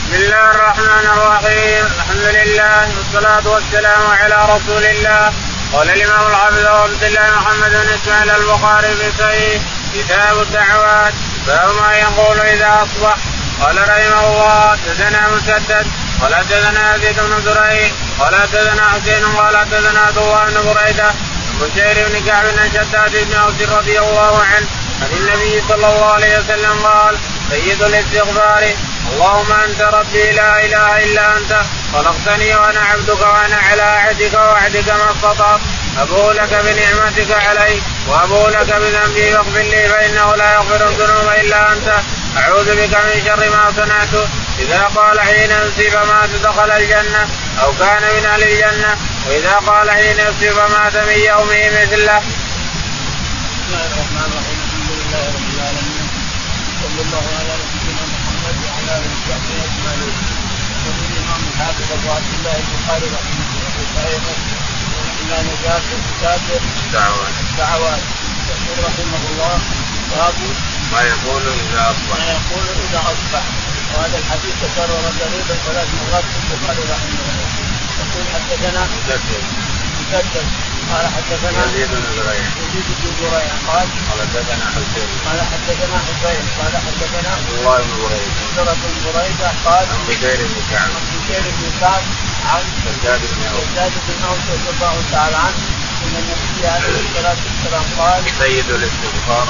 بسم الله الرحمن الرحيم. الحمد لله والصلاة والسلام على رسول الله. قال الإمام الحافظ عبد الله محمد بن إسماعيل البخاري في صحيح كتاب الدعوات باب ما يقول إذا أصبح. قال رحمه الله حدثنا مسدد قال حدثنا يزيد بن زريع قال حدثنا حسين قال حدثنا عبد الله بن بريدة عن بشير بن كعب بن شداد بن أوس رضي الله عنه عن النبي صلى الله عليه وسلم قال سيد الاستغفار اللهم أنت ربي لا إله إلا أنت خلقتني وأنا عبدك وأنا على عهدك ووعدك ما استطعت أبوء لك بنعمتك علي وأبوء لك بذنبي فاغفر لي فإنه لا يغفر الذنوب إلا أنت أعوذ بك من شر ما صنعت. إذا قال حين يمسي فمات دخل الجنة أو كان من أهل الجنة وإذا قال حين يمسي فمات من يومه مثله. بسم الله الرحمن الرحيم. الحمد لله رب العالمين صلى الله على نبينا محمد وعلى آله وصحبه أجمعين. يقول الإمام الحافظ أبو عبد الله البخاري رحمه الله تعالى إلى نجاة كتاب الدعوات يقول رحمه الله باب ما يقول إذا أصبح. وهذا الحديث تكرر تقريبا 3 مرات في البخاري رحمه الله. يقول حدثنا مسدد قال حدثنا يزيد بن زريع قال حدثنا حسين قال حدثنا حسين قال حدثنا عبد الله بن بريدة قال عن بشير بن كعب عن شداد بن أوس رضي الله تعالى عنه أن النبي عليه الصلاة والسلام قال سيد الاستغفار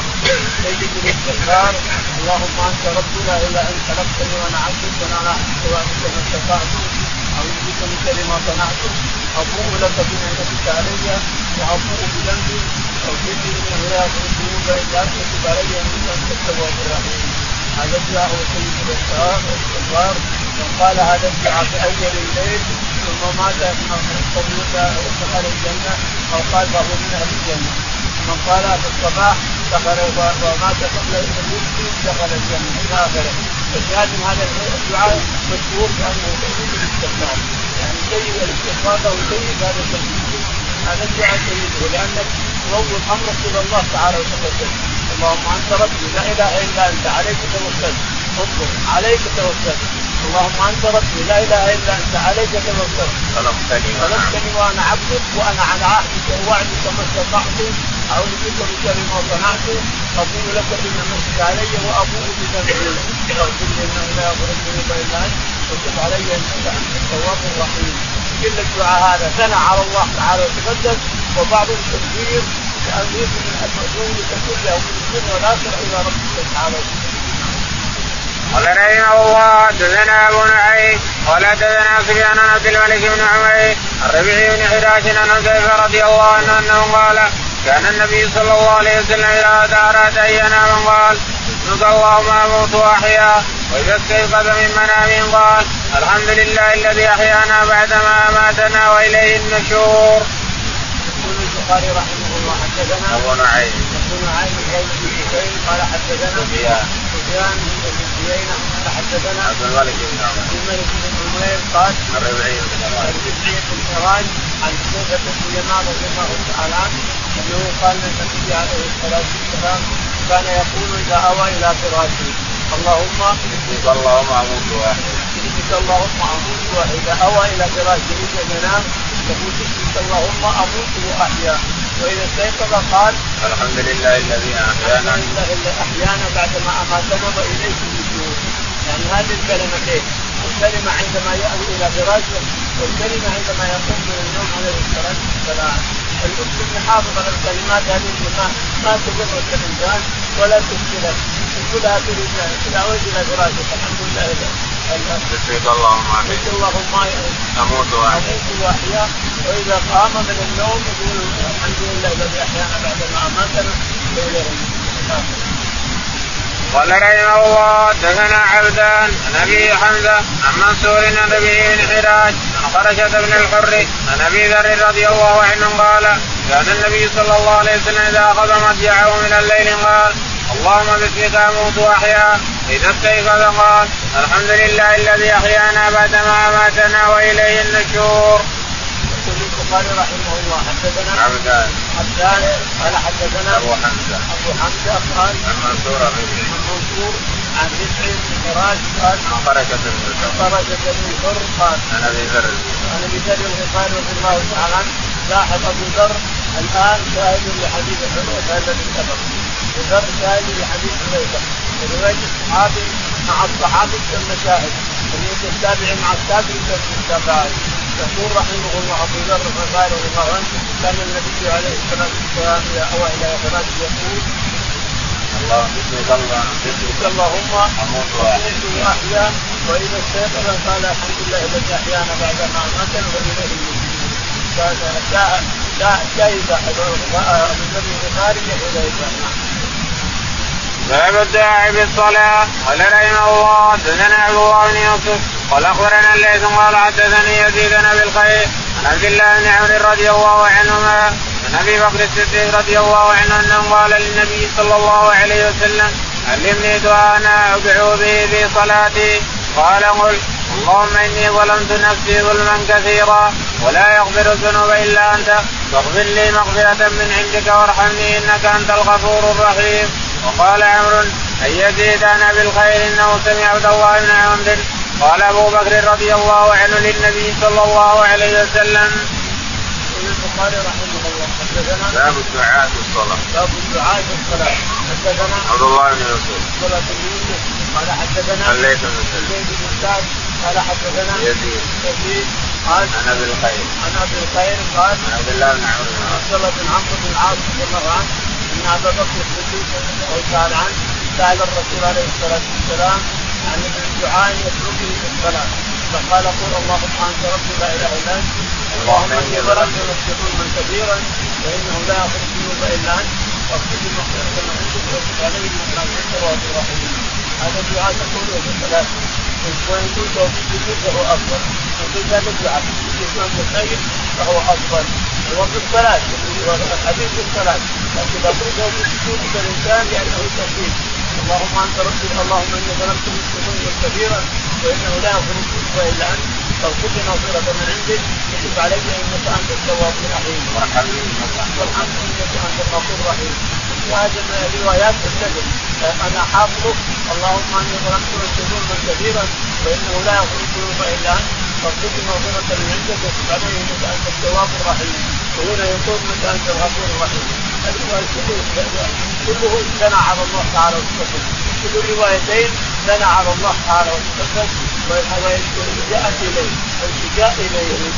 اللهم أنت ربي لا إله إلا أنت خلقتني وأنا عبدك وأنا أحبك ما استطعت أعوذ بك من شر ما صنعت أبوء لك بنعمتك علي وأبوء بذنبي واغفر لي إنه لا يغفر الذنوب إلا أنت تب علي إنك أنت التواب الرحيم. هذا الدعاء هو سيد الاستغفار. من قال هذا الدعاء في أول الليل ثم مات دخل الجنة أو قال فهو من أهل الجنة. من قال في الصباح دخل ومات قبل المسجد دخل الجنة إلى آخره. فلازم هذا الدعاء مشهور بأنه سيد الاستغفار، يعني سيد الاستغفار أو سيد هذا التوحيد. هذا الدعاء سيده لأنك تفوض أمرك إلى الله تعالى وتقدم. اللهم أنت ربي لا إله إلا أنت عليك توكلت اطلب عليك توكلت. اللهم أنت ربي لا إله إلا أنت عليك توكلت خلقتني وأنا عبدك وأنا على عهدك ووعدك ما استطعت أعوذ بك من شر ما صنعت أبوء لك بنعمتك علي وأبوء بذنبي فاغفر لي إنه لا يغفر الذنوب إلا أنت وتب علي إنك أنت التواب الرحيم. كل الدعاء هذا ثنى على الله تعالى وتقدم وبعض التكبير تأمين من المأذون كله ومن الدين والآخرة إلى ربك تعالى. قال رحمه الله حدثنا أبو نعيم قال حدثنا سفيان عن عبد الملك بن عمير الربيع بن حراش عن حذيفة رضي الله عنه أنه قال كان النبي صلى الله عليه وسلم إذا أراد أن ينام قال بسمك اللهم أموت وأحيا. وإذا استيقظ من منامه قال الحمد لله الذي أحيانا بعدما أماتنا وإليه النشور. يقول البخاري رحمه الله حدثنا أبو نعيم قال حدثنا سفيان بن عيينة قال حدثنا عبد الملك بن عمير قال الربيع بن حراش عن حذيفة بن اليمان رضي الله تعالى عنه أنه قال النبي عليه الصلاة والسلام كان يقول إذا أوى إلى فراشه اللهم أموت وإذا أوى إلى فراشه إذا ينام يقول بسمك اللهم أموت وأحيا. وإذا استيقظ قال الحمد لله الذي أحيانا بعدما أماتنا وإليه النشور. يعني هذه الكلمتين الكلمة عندما يأوي إلى فراشه والكلمة عندما يقوم من النوم عليه الصلاة والسلام. المسلم يحافظ على الكلمات هذه ما تضرك الإنسان ولا تشكله كلها في رجاله كلها أوي إلى فراشه الحمد لله بسمك اللهم أموت وأحيا. وإذا قام من النوم يقول الحمد لله الذي أحيانا بعدما أماتنا وإليه النشور. قال رحمه الله حدثنا عبدان عن أبي حمزة عن منصور عن ربيع بن حراش عن خرشة بن الحر عن أبي ذر رضي الله عنه قال كان النبي صلى الله عليه وسلم إذا أخذ مضجعه من الليل قال اللهم باسمك أموت وأحيا. إذا استيقظ قال الحمد لله الذي أحيانا بعدما أماتنا وإليه النشور. يقول البخاري رحمه الله حدثنا عبدان قال حدثنا أبو حمزة قال عن منصور عن رفع بن فراش قال خرج بن ذر قال عن ابي ذر الغفاري رضي الله تعالى عنه لاحظ ابو ذر الان شاهد لحديث حذيفه الذي سبق. ذر شاهد لحديث حذيفه وروايه الصحابي مع الصحابي كالمشاهد وروايه التابعي مع التابعي كالمتابعات. يقول رحمه الله ابو ذر الغفاري رضي الله عنه كان النبي عليه الصلاه والسلام الى اوائل ايات يقول اللهم اموت واحيا واذا استيقظ قال الحمد لله الذي احيانا بعد ما اماتنا واليه النشور. جائزه ابو ذر الغفاري لحذيفه. باب الداعي بالصلاة. قال رحمه الله حدثنا عبد الله بن يوسف قال اخبرنا الليث قال حدثني يزيد بن ابي الخير عن عبد الله بن عمرو رضي الله عنهما عن ابي بكر الصديق رضي الله عنه انه قال للنبي صلى الله عليه وسلم علمني دعاء ادعو به في صلاتي. قال قل اللهم اني ظلمت نفسي ظلما كثيرا ولا يغفر الذنوب الا انت فاغفر لي مغفرة من عندك وارحمني انك انت الغفور الرحيم. وقال عمرو أن يزيد عن ابي الخير انه سمع عبد الله بن عمرو قال ابو بكر رضي الله عنه للنبي صلى الله عليه وسلم. البخاري رحمه الله حدثنا باب الدعاء في الصلاة. باب الدعاء في الصلاة. حدثنا عبد الله بن يوسف قال حدثنا الليث بن سعد قال حدثنا يزيد قال عن ابي الخير قال عن عبد الله بن عمرو بن عمرو بن العاص رضي الله عنه ان ابا بكر الصديق قال عنه سأل الرسول عليه الصلاة والسلام عن الدعاء يدعو به في الصلاة فقال قل اللهم انت ربي لا اله الا انت اللهم اني ظلمت نفسي ظلما كبيرا فانه لا يغفر الذنوب الا انت واغفر لي مغفرة من عندك وتب علي انك انت التواب الرحيم. هذا الدعاء تقوله في الصلاة وإن كنت في السجود فهو أفضل وإن كنت تدعى في الإسلام بالخير فهو أفضل. وفي الصلاة الحديث في الصلاة لكن إذا كنت في السجود فالإنسان لأنه تفيد اللهم أنت ربي اللهم إني ظلمت نفسي ظلما كبيرا وإنه لا يغفر الذنوب إلا أنت فاغفر لي مغفرة من عندك وتب علي إنك أنت التواب الرحيم وارحمني إنك أنت الغفور الرحيم. وهذه الروايات تتبع أنا حافظه اللهم اني ظلمت نفسي ظلما كبيرا وانه لا يغفر الذنوب الا انت فاغفر لي مغفرة من عندك وتب علي انك انت التواب الرحيم. وهنا يقول انك انت الغفور الرحيم. كله ثنى على الله تعالى وتقدم كل الروايتين ثنى على الله تعالى وتقدم والجاءت اليه الالتجاء اليه.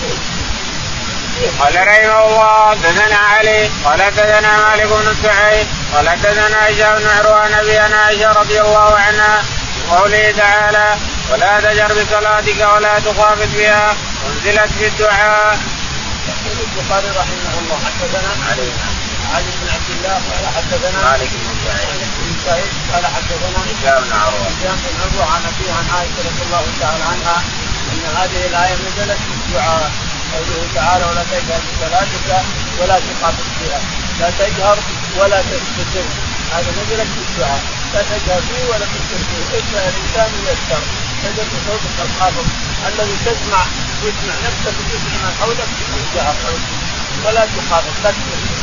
قال رحمه الله حدثنا علي قال حدثنا مالك بن سعيد قال حدثنا هشام بن عروة عن ابي عائشة رضي الله عنها قوله تعالى ولا تجر بصلاتك ولا تخافت بها انزلت في الدعاء. يقول البخاري رحمه الله حدثنا علي بن عبد الله قال حدثنا مالك بن سعيد قال حدثنا هشام بن عروة عن ابي عن عائشة رضي الله تعالى عنها ان هذه الايه نزلت في الدعاء قوله تعالى ولا تجهر بصلاتك ولا تخافت بها لا تجهر ولا تستتر. هذا نزلت في الدعاء لا تجهر فيه ولا تستتر فيه اسمع الانسان يذكر تجهر بصوتك الخافض الذي تسمع ويسمع نفسك وتسمع من حولك في الجهر ولا تخافت لا تستتر.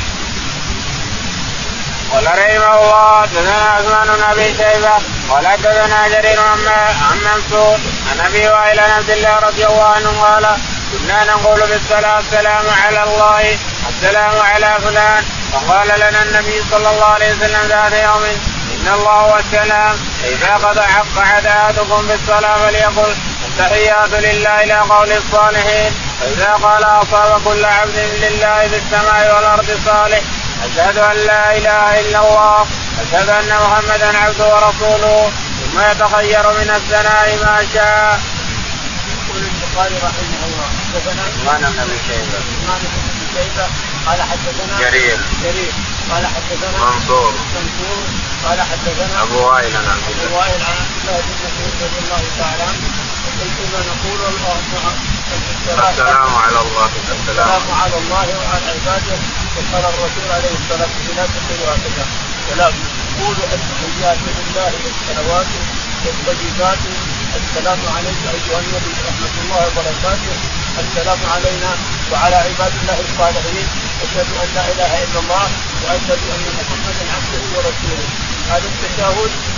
قال رحمه الله حدثنا عثمان بن ابي شيبه قال حدثنا جرير عن منصور عن ابي وائل عن عبد الله رضي الله عنه قال كنا نقول بالصلاة السلام على الله السلام على فلان فقال لنا النبي صلى الله عليه وسلم ذات يوم إن الله هو السلام إذا قضى حق عداتكم بالصلاة فليقل التحيات لله إلى قول الصالحين فإذا قال أصاب كل عبد لله في السماء والأرض صالح أشهد أن لا إله إلا الله أشهد أن محمدا عبده ورسوله ثم يتخير من الثناء ما شاء. يقول البخاري رحمه الله حدثنا عثمان بن ابي شيبه قال حدثنا جرير قال حدثنا منصور قال حدثنا ابو وائل عن عبد الله بن مسعود رضي الله تعالى عنه كنا نقول السلام على الله وعلى عباده وقال الرسول عليه الصلاه والسلام هكذا ولكن قولوا التحيات لله والصلوات والطيبات السلام عليك ايها النبي ورحمه الله وبركاته السلام علينا وعلى عباد الله الصالحين اشهد ان لا اله الا الله واشهد ان محمدا عبده ورسوله. هذا التشهد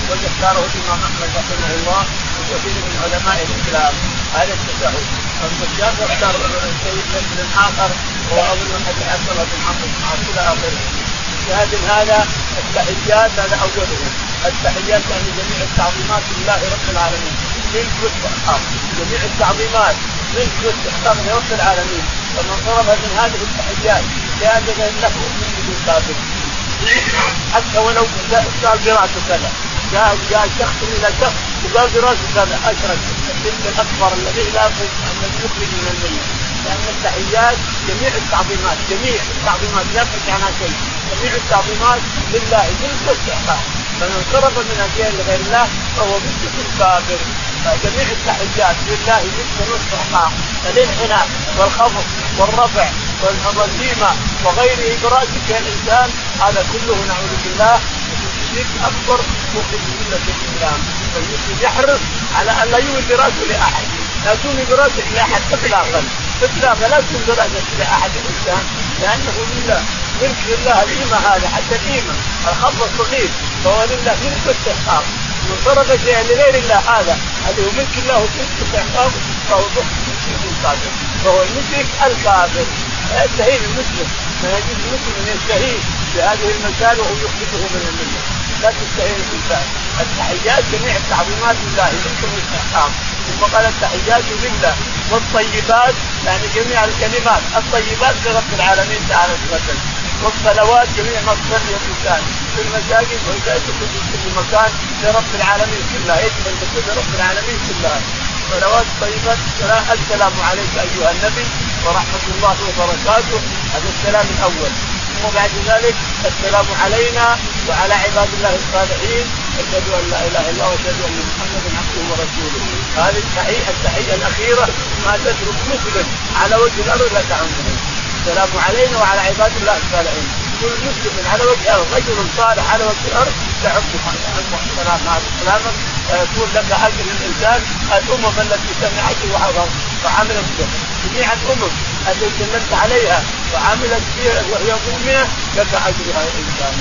واختاره الإمام أحمد رحمه الله وكثير من علماء الإسلام هذا التشهد. الشافعي اختار شيء آخر وأظن أن عبد الله بن عمرو بن العاص إلى آخره. شاهد هذا التحيات هذا أوله. التحيات يعني جميع التعظيمات لله رب العالمين من كل جميع التعظيمات من كل رب العالمين. فمن ضرب من هذه التحيات جاز له من كافر حتى ولو قال براسه كذا. جاء شخص إلى شخص وقال براسه كذا أشرك الشرك الأكبر الذي لا يخرج من الملة. لأن التحيات جميع التعظيمات لا تفرق عنها شيء. جميع التعظيمات لله ملك واستحقاق. فمن صرف من أشياء لغير الله فهو مثل الكافر. فجميع التحيات لله ملك واستحقاق. الانحناء والخفض والرفع والهزيمة وغيره براسك الإنسان هذا كله نعوذ بالله شرك أكبر مخرج من ملة الإسلام. فالمسلم يحرص على أن لا يولي براسه لأحد. لا تولي براسك لأحد إطلاقا لا تولي براسك لأحد الإنسان لأنه لله ملك لله. الإيمة هذا حتى الإيمة الخفض الصغير فهو لله ملك واستحقاق. من صرف شيئا لغير الله هذا هو ملك الله وملك واستحقاق فهو المشرك الكافر. يستهين المسلم ما يجوز المسلم ان يستهين بهذه المسائل وهو يخرجه من المله. لا تستهين بالفعل. التحيات جميع التعظيمات لله ملك واستحقاق. ثم قال التحيات لله والطيبات يعني جميع الكلمات الطيبات لرب العالمين تعالى وتعالى. والصلوات جميع ما تصلي الانسان في المساجد وفي كل مكان لرب العالمين كلها يجب ان تكون لرب العالمين كلها. صلوات طيبات السلام عليك أيها النبي ورحمة الله وبركاته. هذا السلام الأول. ثم بعد ذلك السلام علينا وعلى عباد الله الصالحين أشهد أن لا إله إلا الله وأشهد أن محمدا عبده ورسوله. هذه التحية الأخيرة ما تترك مسلم على وجه الأرض لا تعمله. السلام علينا وعلى عباد الله الصالحين. كل مسلم على وجه الأرض رجل صالح على وجه الأرض تعبه سلاما يكون لك أجر الإنسان. الأمم التي سمعته وعملت به جميع الأمم التي سلمت عليها وعملت بها وهي مؤمنة لك أجرها الإنسان.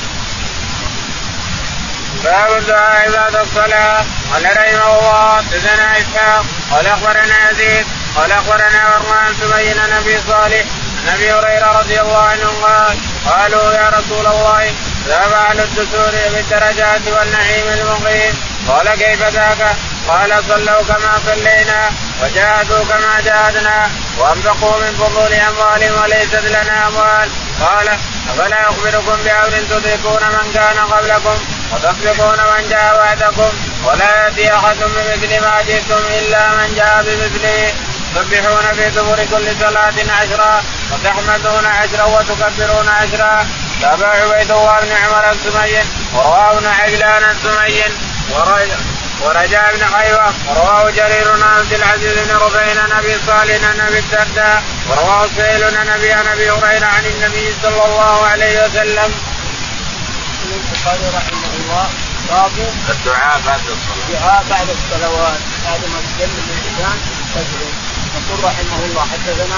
باب دعاء بعد الصلاة. قال رحمه الله حدثنا إسحاق قال أخبرنا يزيد قال أخبرنا مروان بن أبي صالح عن أبي هريرة رضي الله عنه قال قالوا يا رسول الله ذهب أهل الدثور بالدرجات والنعيم المقيم. قال كيف ذاك؟ قال صلوا كما صلينا وجاهدوا كما جاهدنا وأنفقوا من فضول أموالهم وليست لنا أموال. قال أفلا أخبركم بأمر تدركون من كان قبلكم وتسبقون من جاء بعدكم ولا يأتي أحد بمثل ما جئتم إلا من جاء بمثله. تسبحون في دبر كل صلاة 10 وتحمدون 10 وتكبرون 10. تابع عبيد الله بن عمر السمي ورواه ابن عجلان السمي ورجاء بن حيوة ورواه جرير عن عبد العزيز بن ربيع عن أبي صالح عن أبي الدرداء ورواه سهيل عن أبي هريرة عن النبي صلى الله عليه وسلم. قال رحمه الله باب الدعاء بعد الصلوات. هذا ما تكلم الإنسان تدعو. يقول رحمه الله حدثنا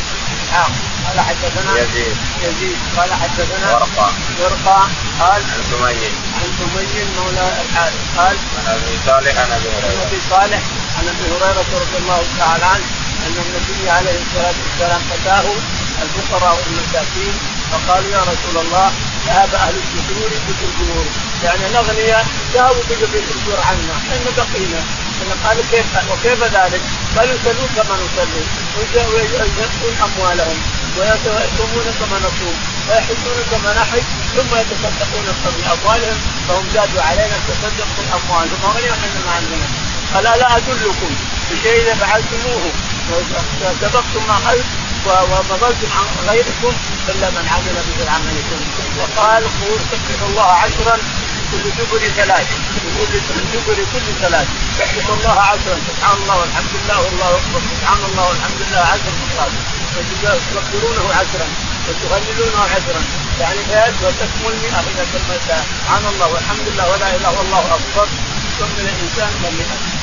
قال حدثنا يزيد قال حدثنا ورقة قال عن سمي مولى الحارث قال عن أبي صالح عن أبي هريرة رضي الله تعالى عنه أن النبي عليه الصلاة والسلام فتاه الفقراء والمساكين فقالوا يا رسول الله ذهب أهل الدثور بالأجور يعني الأغنياء ذهبوا بالأجور عنا إن بقينا. قال وكيف ذلك؟ قالوا يصلون كما نصلي ويزكون أموالهم ويصومون كما نصوم ويحجون كما نحج ثم يتصدقون بأموالهم فهم زادوا علينا التصدق بالأموال وغيرهم من ما عندنا. قال لا أدلكم بشيء إذا فعلتموه وسبقتم ما خلف ومضلتم عن غيركم إلا من عمل مثل عملكم. وقال سبحوا الله 10 كل دبر 3 دبر كل 3 سبحوا الله 10 سبحان الله والحمد لله والله أكبر سبحان الله والحمد لله 10 مرات وتكبرونه 10 وتهللونه 10 يعني فيها وتكمل 100 إذا كلمة سبحان الله والحمد لله ولا إله إلا الله أكبر يكمل الإنسان 100.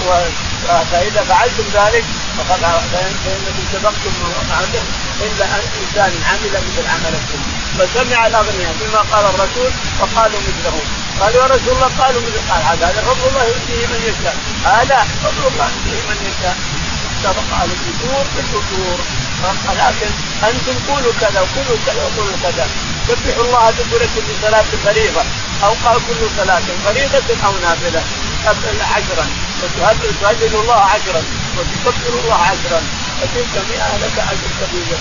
فإذا فعلتم ذلك فإنكم سبقتم معكم إلا أن إنسان عمل مثل عملكم. فسمع الأغنياء بما قال الرسول فقالوا مثله قالوا يا رسول الله قالوا مثل قال هذا فضل الله يؤتيه من يشاء هذا فضل الله يؤتيه من يشاء قالوا الدور بالدور لكن انتم قولوا كذا وقولوا كذا وقولوا كذا سبحوا الله ذكر كل صلاة فريضة أو قال كل صلاة فريضة أو نافلة 10 وتهللوا الله 10 وتكبروا الله 10 فتلك 100 لك أجر كبير.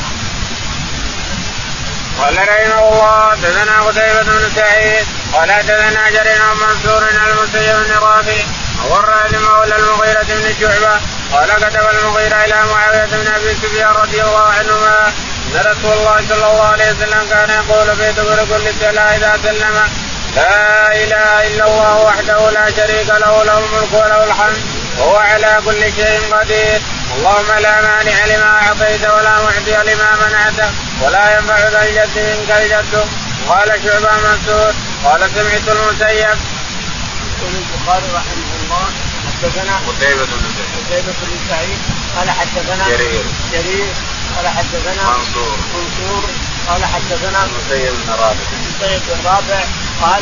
قال رحمه الله حدثنا قتيبة بن سعيد قال حدثنا جرير بن منصور عن المسيب بن رافع والراد مولى المغيرة بن شعبة قال كتب المغيرة إلى معاوية بن أبي سفيان رضي الله عنهما أن رسول الله صلى الله عليه وسلم كان يقول في دبر كل صلاة إذا سلم لا إله إلا الله وحده لا شريك له له الملك وله الحمد وهو على كل شيء قدير اللهم لا مانع لما أعطيت ولا معطي لما منعت ولا ينفع ذا الجد منك الجد. قال شعبة منصور قال سمعت المسيب. يقول البخاري رحمه الله حدثنا قتيبة بن سعيد قال حدثنا جرير قال حدثنا منصور قال حدثنا المسيب بن رافع قال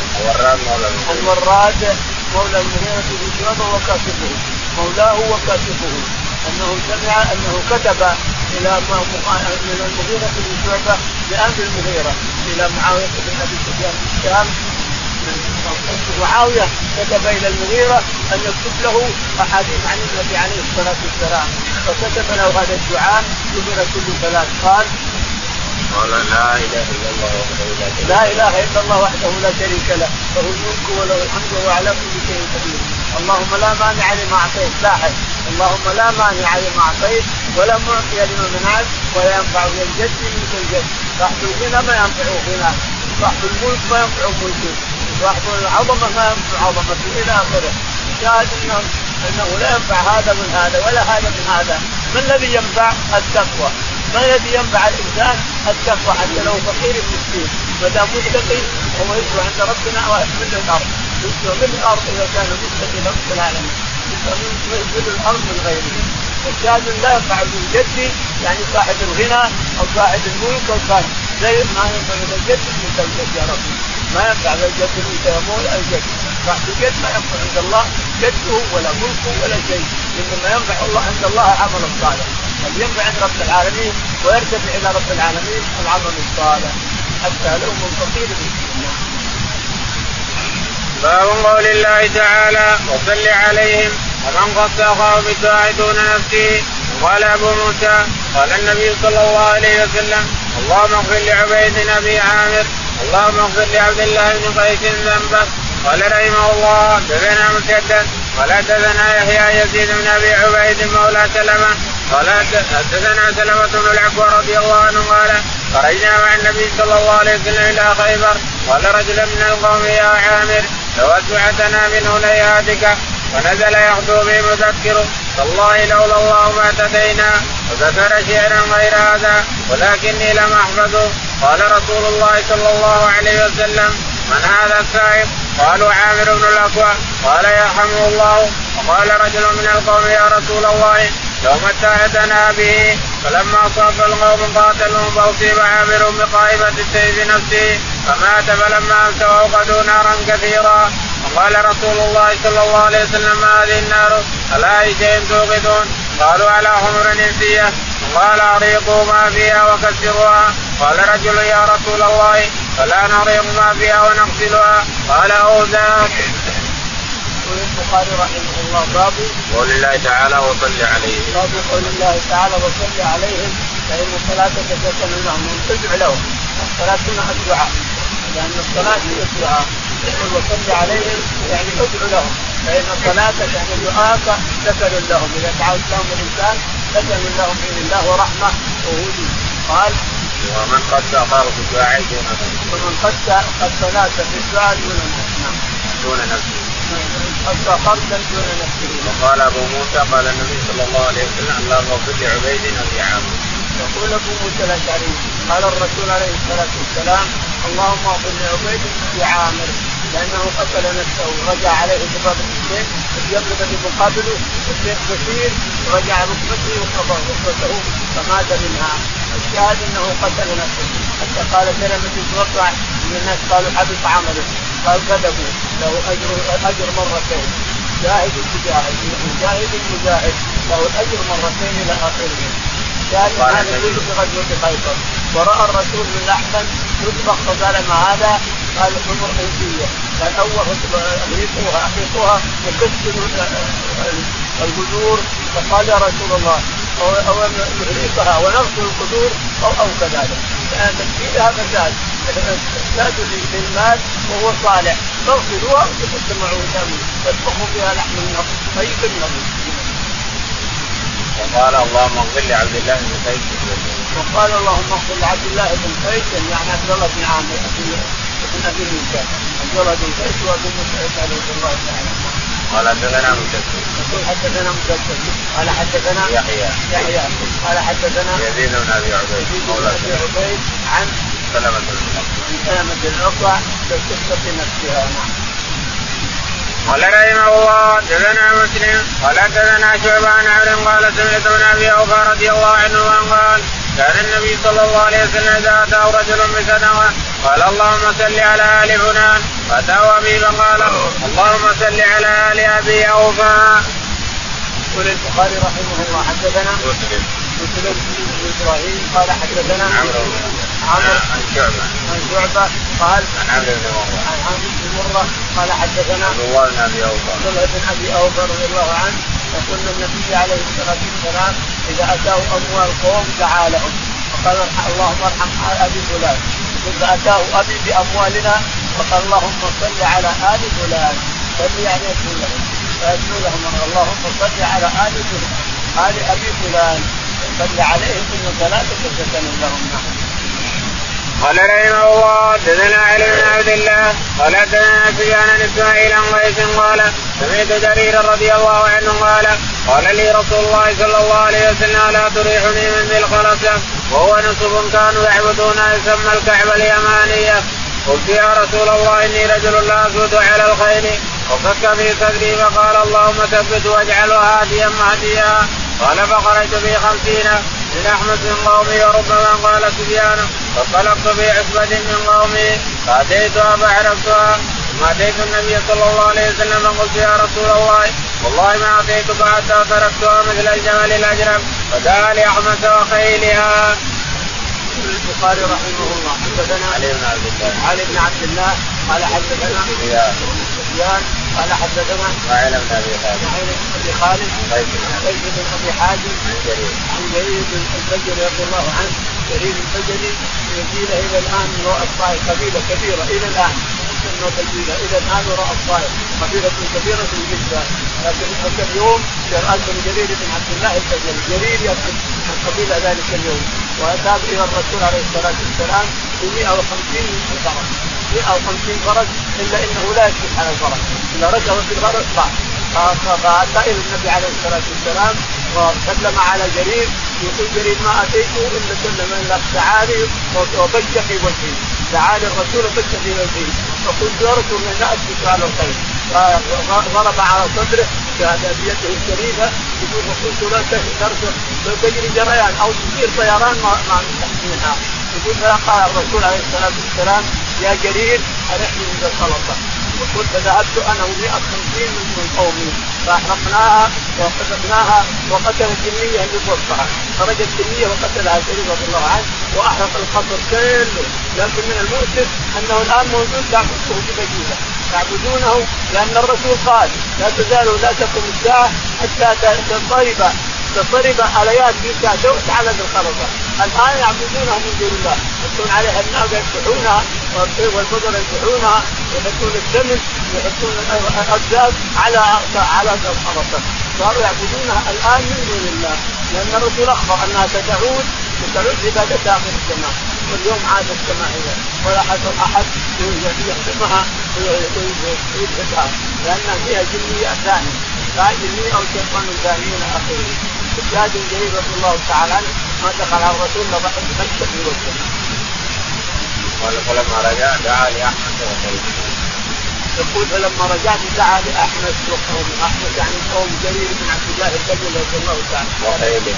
الوراد مولى المغيرة بن شعبة وكاتبه مولاه وكاتبه أنه سمع أنه كتب إلى من المغيرة بن شعبة لأمر المغيرة إلى معاوية بن أبي سفيان الشام. معاوية كتب إلى المغيرة أن يكتب له أحاديث عن النبي عليه الصلاة والسلام فكتب له هذا الدعاء دبر كل صلاة قال لا إله إلا الله وحده لا شريك له له الملك وله الحمد وهو على كل شيء قدير اللهم لا مانع لما أعطيت لاحظ اللهم لا مانع لما أعطيت ولا معطي لما منعت ولا ينفع ذا الجد منك الجد. صاحب الغنى ما ينفع غنى صاحب الملك ما ينفع ملكه صاحب العظمة ما ينفع عظمته إلى آخره. شاهد أنه لا ينفع هذا من هذا ولا هذا من هذا. ما الذي ينفع؟ التقوى. ما الذي ينفع الإنسان؟ التقوى حتى لو فقير مسكين ما دام متقي هو يسوى عند ربنا ويحمل الأرض يسوى من الأرض إذا كان متقي رب العالمين يسوى الأرض من غيره. والشاهد لا ينفع بالجد يعني صاحب الغنى أو صاحب الملك أو صاحب زي ما ينفع بالجد من الجد يا رب ما ينفع بالجد من يمول الجد صاحب الجد ما ينفع عند الله جده ولا ملكه ولا شيء إنما ينفع الله عند الله عمل الصالح ينفع عند رب العالمين ويرتفع إلى رب العالمين العمل الصالح حتى لو من فقير مسكين. باب قول الله تعالى وصل عليهم ومن قد أخاه بالدعاء دون نفسه. قال أبو موسى قال النبي صلى الله عليه وسلم اللهم اغفر لعبيد أبي عامر اللهم اغفر لعبد الله بن قيس ذنبه. قال رحمه الله حدثنا مسدد قال حدثنا يحيى يزيد بن أبي عبيد مولى سلمة قال حدثنا سلمة بن العكوى رضي الله عنه قال خرجنا مع النبي صلى الله عليه وسلم إلى خيبر قال رجل من القوم يا عامر لو أسمعتنا من هنيهاتك ونزل يخطو به مذكر والله لولا الله ما اهتدينا وذكر شعرا غير هذا ولكني لم أحفظه. قال رسول الله صلى الله عليه وسلم من هذا السائق؟ قالوا عامر بن الأكوع. قال يرحمه الله. وقال رجل من القوم يا رسول الله لو متعتنا به فلما صاف القوم قاتلهم فأصيب عامر بقائمة السيف نفسه فمات فلما أمسوا أوقدوا نارا كثيرا. وقال رسول الله صلى الله عليه وسلم ما هذه النار على أي شيء توقدون؟ قالوا على حمر إنسية. قال أريقوا ما فيها وكسروها. قال رجل يا رسول الله فلا نريق ما فيها ونغسلها. قال أوزاك. يقول البخاري رحمه الله باب قول الله تعالى وصل عليهم. باب قول الله تعالى وصل عليهم فإن الصلاة تسكن لهم تدعو لهم. الصلاة هنا الدعاء لأن الصلاة هي الدعاء. يقول وصل عليهم يعني ادعو لهم فإن الصلاة يعني دعاءك سكن لهم إذا دعوت لهم الإنسان سكن لهم بإذن الله ورحمة وهدى. قال ومن قد أخاه في الدعاء دون نفسه. ومن قد صلاة في الدعاء دون نفسه. قد أخرت دون نفسه. وقال أبو موسى قال النبي صلى الله عليه وسلم اللهم اغفر لعبيد أبي عامر. يقول أبو موسى الأشعري قال الرسول عليه الصلاة والسلام اللهم اغفر لعبيد أبي عامر لأنه قتل نفسه ورجع عليه شباب السيف يضرب بمقابله الشيخ بشير رجع ركبته وقضى ركبته فمات منها. الشاهد انه قتل نفسه حتى قال كلمة توقع من الناس قالوا حبط عمله قال كذبوا له اجر مرتين، جاهد المجاهد المجاهد له الاجر مرتين الى اخره. كان هذا كله في غزوه خيبر. وراى الرسول من الاحسن يطبخ فقال ما هذا؟ قال امر حوثيه. قال اول احرقوها وكسروا القدور. فقال يا رسول الله او نحرقها ونغسل القدور او كذلك. تكفيرها فساد، فساد للمال وهو صالح، تغسلوها وتجمعوا دم تطبخوا فيها لحم النصر طيب النصر. وقال اللهم اغفر لعبد الله بن قيس. وقال اللهم اغفر لعبد الله بن قيس يعني عبد الله بن عامر بن ابي موسى، عبد الله بن قيس وابو موسى رضي الله تعالى. قال حدثنا مسدد. يقول حدثنا مسدد قال حدثنا يحيى قال حدثنا يزيد بن ابي عبيد عن سلمة الأقوى تستفتي نفسها. قال رحمه الله حدثنا مسلم قال حدثنا شعبة عن عمرو قال سمعت ابن ابي اوفى رضي الله عنه قال كان النبي صلى الله عليه وسلم اذا اتاه رجل بصدقه قال اللهم صل على ال فلان فاتاه ابي فقال اللهم صل على ال ابي اوفى. يقول البخاري رحمه الله حدثنا مسلم بن ابراهيم قال حدثنا عمرو عن شعبة قال عن عمرو بن مرة قال حدثنا عبد الله بن ابي اوفى رضي الله عنه يقول النبي عليه الصلاة والسلام إذا أتاه أموال القوم دعا لهم وقال اللهم ارحم ابي فلان. إذا أتاه أبي بأموالنا وقال اللهم صل على آل فلان، صل يعني يقول لهم اللهم صل على آل أبي فلان صل عليهم إن ثلاثة سكن لهم. قال رحمه الله حدثنا علي بن عبد الله قال حدثنا سفيان بن اسماعيل عن قيس قال سمعت جرير رضي الله عنه قال لي رسول الله صلى الله عليه وسلم لا تريحني من ذي الخلصة وهو نصب كانوا يعبدون يسمى الكعبة اليمانية. قلت يا رسول الله إني رجل لا أسود على الخيل وفك في صدري فقال اللهم ثبت واجعله هاديا مهديا. قال فخرجت في 50 من أحمد من قومي وربما قال سفيان فانطلقت في عصبة من قومي فأتيتها فعرفتها ثم أتيت النبي صلى الله عليه وسلم فقلت يا رسول الله والله ما أتيتك حتى تركتها مثل الجمل الأجرب فدعا لأحمد وخيلها. البخاري رحمه الله حدثنا علي بن عبد الله قال حدثنا سفيان قال حدثنا اسماعيل بن ابي خالد قيس بن ابي حازم عن جرير بن البجلي رضي الله عنه. جرير البجلي قبيله الى الان وراء الطائف قبيله كبيره الى الان قبيله الى الان وراء الطائف قبيله كبيره جدا، لكن اليوم جاء جرير بن عبد الله البجلي جرير يقصد القبيله ذلك اليوم واتى الى الرسول عليه الصلاه والسلام ب 150 فرس الا انه لا يشرف على الفرس اذا ركب في الفرس فاتى الى النبي عليه الصلاه والسلام وسلم على جرير يقول جرير ما اتيته الا سلم لك تعالي وبش في وجهي، تعالي الرسول وبش في وجهي فقلت يا رسول الله لا اشرف على الخير فضرب على صدره بيده الشريفه يقول وقلت لا تجري جريان او تصير طيران ما منها. يقول فقال الرسول عليه الصلاه والسلام يا جرير ارحني من الخلطه. وقلت فذهبت انا و150 من قومي فاحرقناها وقتلناها وقتل الجنيه اللي وسطها، خرجت الجنيه وقتلها جرير رضي الله عنه واحرق القصر كله. لكن من المؤسف انه الان موجود تعبده ببجيله تعبدونه لان الرسول قال لا تزالوا لا تقم الساعه حتى تضرب عليات بيسا على الخلطه. الان يعبدونها من دون الله يحطون عليها الناقه يذبحونها والبقر يذبحونها ويحطون السمن ويحطون الأجزاء على الخلطه صاروا يعبدونها الان من دون الله لان الرسول اخبر انها ستعود عباده اخر السماء. واليوم عاد السماء ولا احد يحكمها ويذبحها لان فيها جنيه ثانيه جنيه او شيطان ثاني الى اخره. الشاهد جرير رضي الله تعالى عنه ما دخل على الرسول لضحك بشر في وجهه. قال فلما رجع دعا لأحمد وخيله. يقول فلما رجعت دعا لأحمد وقومه. أحمد يعني قوم جرير بن عبد الله البجلي رضي الله تعالى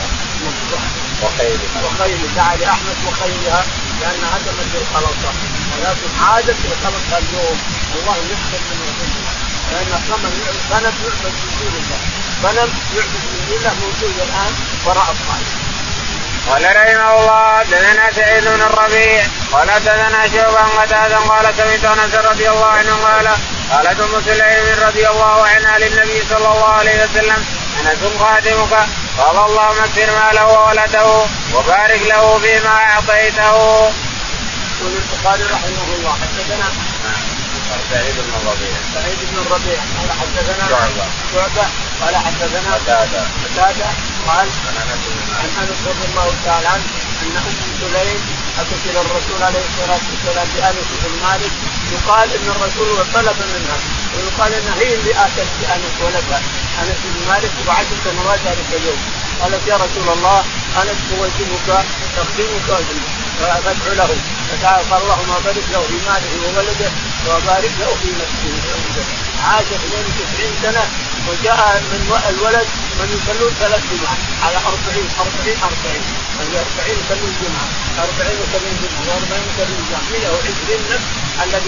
وخيله دعا لأحمد وخيلها لأن هدمت الخلاصة ولكن عادة الخلق اليوم الله يحفظ من وجهه، لأن غنم يعبد من دون الله، غنم يعبد من دون الله موجود الآن وراء الطائف. قال رحمه الله حدثنا سعيد بن الربيع قال حدثنا شعبة عن قتادة قال سمعت انس رضي الله عنه قال قالت ام سليم رضي الله عنها للنبي صلى الله عليه وسلم انس خادمك قال اللهم اكثر ماله وولده وبارك له فيما اعطيته. يقول البخاري رحمه الله حدثنا سعيد بن الربيع قال حدثنا شعبة قال حدثنا قتادة قال عن انس رضي الله تعالى عنه ان ام سليم اتت الى الرسول عليه الصلاه والسلام بانس بن مالك، يقال ان الرسول طلب منها ويقال ان هي اللي اتت بانس ولدها انس بن مالك ب10 سنوات ذلك اليوم. قالت يا رسول الله انس خويتمك تخدمك فادعو له، فقال اللهم بارك له في ماله وولده وبارك له في نفسه. عاش 92 سنه وجاء من الولد من يصلون 3 جمعة على 40 يصلون جمعة 40 يصلون جمعة 120 نفس الذي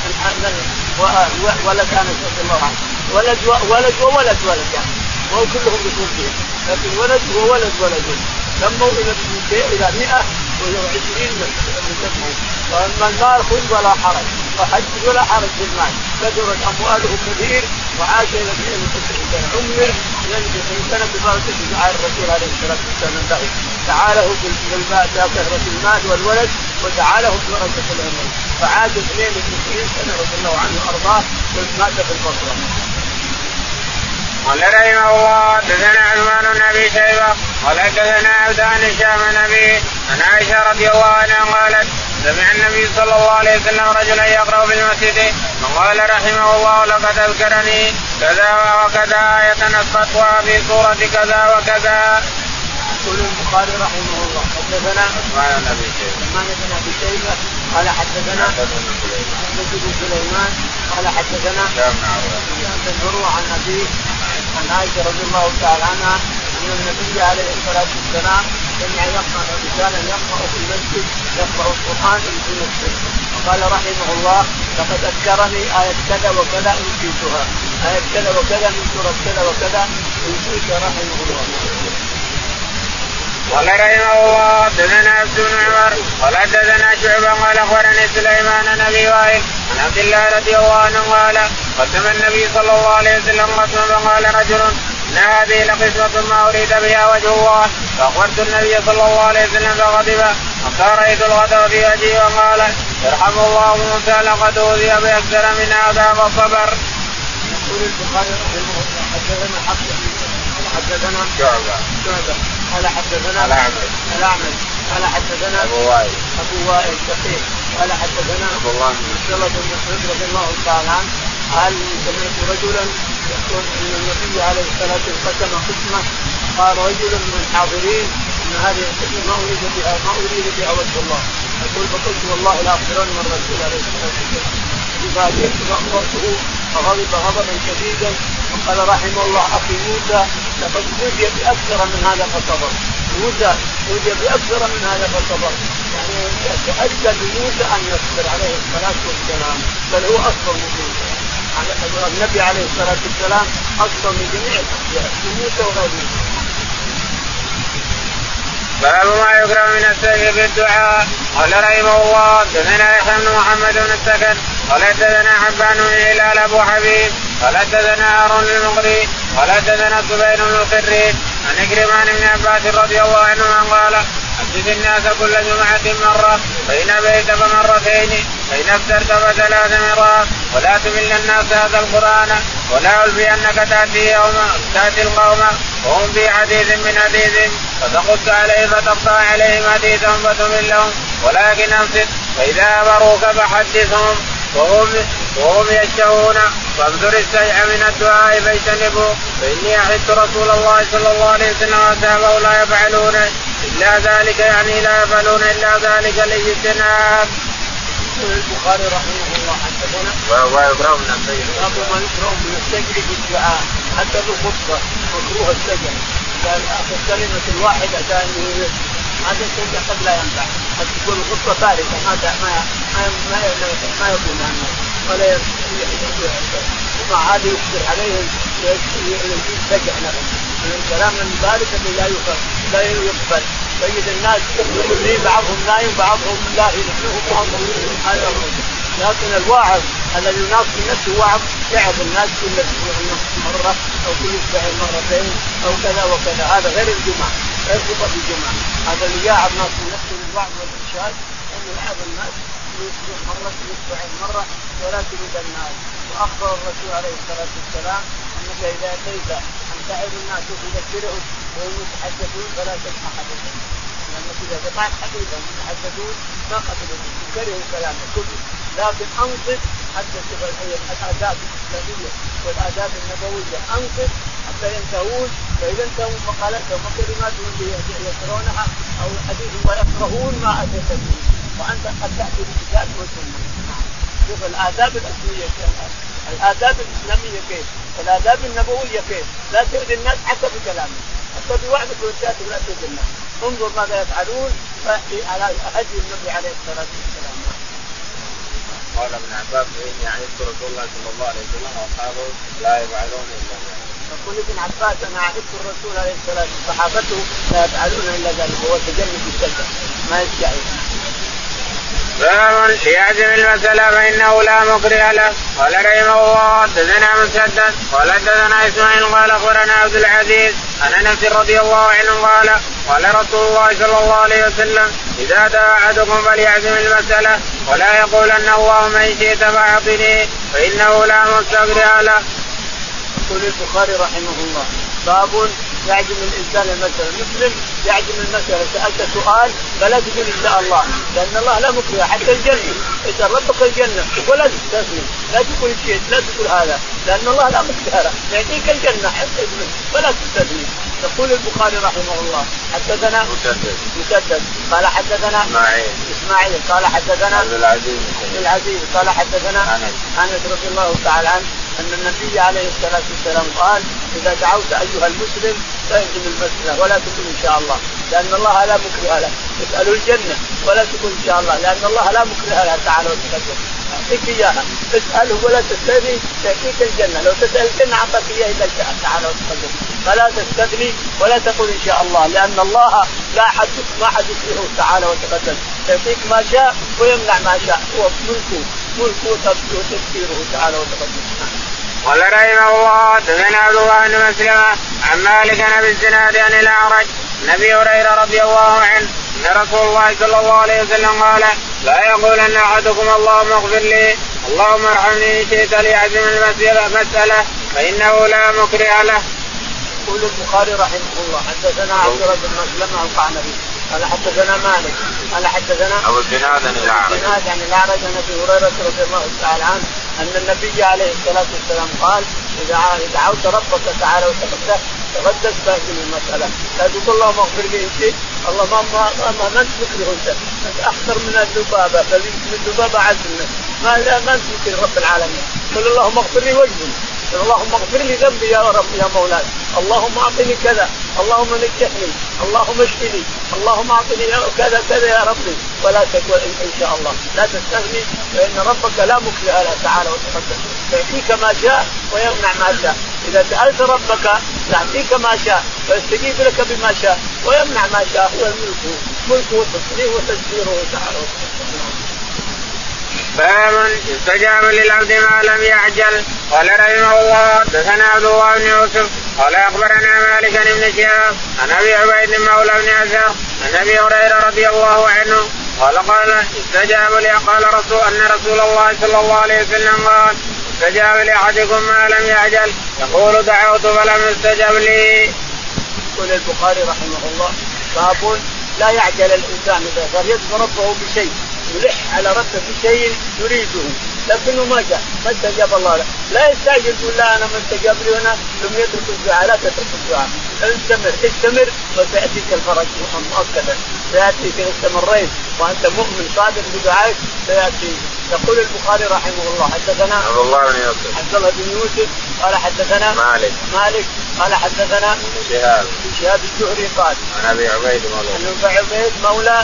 ولد انس رضي الله عنه ولد وولد يعني مو كلهم يكون فيه، لكن ولد وولد لموا الى 120 نفس يسمون. فاما المال خذ ولا حرج وحج ولا حرج في المال، كثرت امواله كثير وعاش الى 92 سنه عمر 92 سنه ببركه دعاء الرسول عليه الصلاه والسلام تعاله بكثره المال والولد وتعاله ببركه العمر، فعاش 92 سنه رضي الله عنه وارضاه ومات في البصره. قال رحمه الله حدثنا عثمان بن ابي شيبه قال حدثنا عبدان هشام نبي عن عائشه رضي الله عنها قالت سمع النبي صلى الله عليه وسلم رجلا يقرأ في المسجد فقال رحمه الله لقد اذكرني كذا وكذا آية نسختها في سورة كذا وكذا. يقول البخاري رحمه الله حدثنا عثمان بن ابي شيبه قال حدثنا بن سليمان قال حدثنا بن عروة عن ابي عن عائشه رضي الله تعالى عنها ان النبي عليه الصلاه والسلام سمع رجالا يقرأ في المسجد يقرأ القرآن في المسجد، وقال رحمه الله لقد اذكرني آية كذا وكذا نسيتها، آية كذا وكذا من سورة كذا وكذا نسيتها رحمه الله. قال رحمه الله حدثنا عبد بن عمر قال حدثنا شعبة قال اخبرني سليمان بن ابي وائل عن عبد الله رضي الله عنه قال قسم النبي صلى الله عليه وسلم قسما فقال رجل ان هذه لقسمة ما اريد بها وجه الله، فاخبرت النبي صلى الله عليه وسلم فغضب حتى رايت الغضب في وجهه وقال يرحم الله موسى لقد اوذي باكثر من هذا فصبر. يقول البخاري رحمه الله حدثنا حدثنا شعبة قال حدثنا الأعمش قال حدثنا أبو وائل صحيح قال حدثنا عبد الله بن مسعود رضي الله تعالى عنه قال سمعت رجلا يقول ان النبي عليه الصلاه والسلام قسمه قال رجل من الحاضرين ان هذه القسمه ما اريد بها وجه الله، يقول فقلت والله لا اخبرني من الرسول عليه الصلاه والسلام فجئت فاخبرته فغضب غضبا شديدا وقال رحمه الله اخي موسى لقد اوذي باكثر من هذا فصبر. موسى اوذي باكثر من هذا فصبر، يعني تأكد موسى ان يصبر عليه الصلاه والسلام، بل هو اصبر من موسى. النبي عليه الصلاه والسلام اصبر من جميع الانبياء موسى وغيره. باب ما يكره من السجد في الدعاء. قال رحمه الله حدثنا يحيى بن محمد بن السكن قال حدثنا حبان بن هلال ابو حبيب قال حدثنا هارون المقري قال حدثنا زبير بن الخريج عن عكرمة بن عباس رضي الله عنهما قال حدث الناس كل جمعة مرة فإن بيت فمرتين فإن افترت ف3 مرات ولا تمل الناس هذا القرآن ولا ألفينك تأتي القوم وهم في حديث من حديث فتقص عليه فتقطع عليهم حديثهم فتملهم ولكن أمسك فإذا أمروك فحدثهم وهم يشتهون فانظر السيع من الدعاء فاجتنبوا فإني أحدت رسول الله صلى الله عليه وسلم وأصحابه لا يفعلون إلا ذلك، يعني لا يفعلون إلا ذلك للاجتناب. البخاري رحمه الله حدثنا وما يكره من السجد ما يكره من السجد بالدعاء حتى بالخطبة مكروه السجد، قال الكلمة الواحدة هذا السجد قد لا ينفع حتى تكون الخطبة فارغة ما يكون عنها ولا ومع هذا يقدر عليهم يزيد سجع لهم من الكلام البارد الذي لا يقبل. تجد الناس يقول بعضهم نايم بعضهم لا هذا لكن الواعظ الذي يناقش نفسه واعظ يعظ الناس كل مرة أو كل أسبوع مرتين أو كذا وكذا. هذا غير الجمعة غير خطبة الجمعة. هذا اللي يعظ نفسه الوعظ والإرشاد أنه يعظ الناس مرة في أسبوعين مرة ولا تريد الناس. وأخبر الرسول عليه الصلاة والسلام أنك إذا أتيت أن تعظ الناس وتذكرهم وهم يتحدثون فلا تسمع حديثهم لأنك إذا قطعت حديثهم يتحدثون ما قتلوا تكرهوا كلامه كله. لكن أنصت حتى تبقى الآداب الإسلامية والآداب النبوية أنصت حتى ينتهون. فإذا انتهوا مقالتهم وكلماتهم يقرونها أو الحديث ويكرهون ما أتيت به وأنت قد تأتي بالكتاب والسنة. شوف الآداب الأصلية الآداب الإسلامية كيف والآداب النبوية كيف. لا تؤذي الناس حتى بكلامك حتى بوعدك وإنشاتك لا تؤذي الناس. انظر ماذا يفعلون على هدي النبي عليه الصلاة والسلام. قال ابن عباس إني عهدت رسول الله صلى الله عليه وسلم وأصحابه لا يفعلون إلا ذلك. يقول ابن عباس أنا عهدت الرسول عليه الصلاة والسلام صحابته لا يفعلون إلا ذلك هو تجنب الشجر ما يستعين. باب يعزم المسألة فإنه لا مكره له. قال رحمه الله حدثنا مسدد قال حدثنا إسماعيل قال أخبرنا عبد العزيز عن أنس رضي الله عنه قال قال رسول الله صلى الله عليه وسلم إذا دعا أحدكم فليعزم المسألة ولا يقول أن اللهم إن شئت فأعطني فإنه لا مستكره له. يقول البخاري رحمه الله باب يعزم الإنسان المسألة. مسلم يعزم المسألة. سألت سؤال فلا تقول إن شاء الله لأن الله لا مكره حتى الجنة. اسأل ربك الجنة ولا تستثني لا تقول شيء لا تقول هذا لأن الله لا مكره يعطيك الجنة حتى ولا تستثني. يقول البخاري رحمه الله حدثنا مسدد قال حدثنا إسماعيل قال حدثنا عبد العزيز قال حدثنا أنس رضي الله تعالى عنه أن النبي عليه الصلاة والسلام قال إذا دعوت أيها المسلم فاعزم المسألة ولا تقل إن شاء الله لأن الله لا مكره له. اسألوا الجنة ولا تقل إن شاء الله لأن الله لا مكره له تعالى وتقدم. أعطيك إياها اسأله ولا تستغني تعطيك الجنة. لو تسأل الجنة أعطاك إياها إذا شاء تعالى وتقدم. فلا تستغني ولا تقل إن شاء الله لأن الله لا حد ما حد يكرهه تعالى وتقدم. يعطيك ما شاء ويمنع ما شاء هو ملكه وتدبيره تعالى وتقدم. قال رحمه الله حدثنا عبد الله بن مسلمة عن مالك عن ابي الزناد عن الأعرج عن ابي هريرة رضي الله عنه ان رسول الله صلى الله عليه وسلم قال لا يقولن احدكم اللهم اغفر لي اللهم ارحمني ان شئت ليعزم المسألة فإنه لا مكره له. يقول البخاري رحمه الله حدثنا عبد الله بن مسلمة القعنبي قال حدثنا مالك قال حدثنا ابو الزناد عن الأعرج عن ابي هريرة رضي الله تعالى عنه أن النبي عليه الصلاة والسلام قال إذا دعوت ربك تعالى وتقدس فاعزم المسألة لا تقول اللهم اغفر لي إن شئت اللهم ما تذكره أنت أخطر من الذبابة بل الذبابة عز منك ما تذكر رب العالمين. قل اللهم اغفر لي واجزم اللهم اغفر لي ذنبي يا رب يا مولاي اللهم أعطني كذا اللهم نجحني اللهم اشفني اللهم أعطني كذا كذا يا ربي ولا تقول إن شاء الله لا تستغني فإن ربك لا مكره له تعالى وتقدم. يعطيك ما شاء ويمنع ما شاء. إذا سألت ربك يعطيك ما شاء ويستجيب لك بما شاء ويمنع ما شاء. هو ملكه وتصريفه وتدبيره تعالى وتقدم. باب يستجاب للعبد ما لم يعجل. قال رحمه الله حدثنا عبد الله بن يوسف قال أخبرنا مالك بن شهاب عن أبي عبيد مولى بن أزهر عن أبي هريرة رضي الله عنه قال استجاب لي قال أن رسول الله صلى الله عليه وسلم قال استجاب لأحدكم ما لم يعجل يقول دعوت فلم يستجب لي. يقول البخاري رحمه الله باب لا يعجل الإنسان إذا صار يذكر ربه بشيء يلح على ربه بشيء يريده لكنه ما جاء ما استجاب الله له. لا يستعجل يقول لا أنا ما استجاب لي هنا ثم يترك الدعاء. لا تترك الدعاء استمر وسيأتيك الفرج مؤكدا سيأتيك إن استمريت وأنت مؤمن صادق بدعائك سيأتي. يقول البخاري رحمه الله حدثنا عبد الله بن يوسف قال حدثنا مالك قال حدثنا شهاب الزهري قال عن ابي عبيد مولى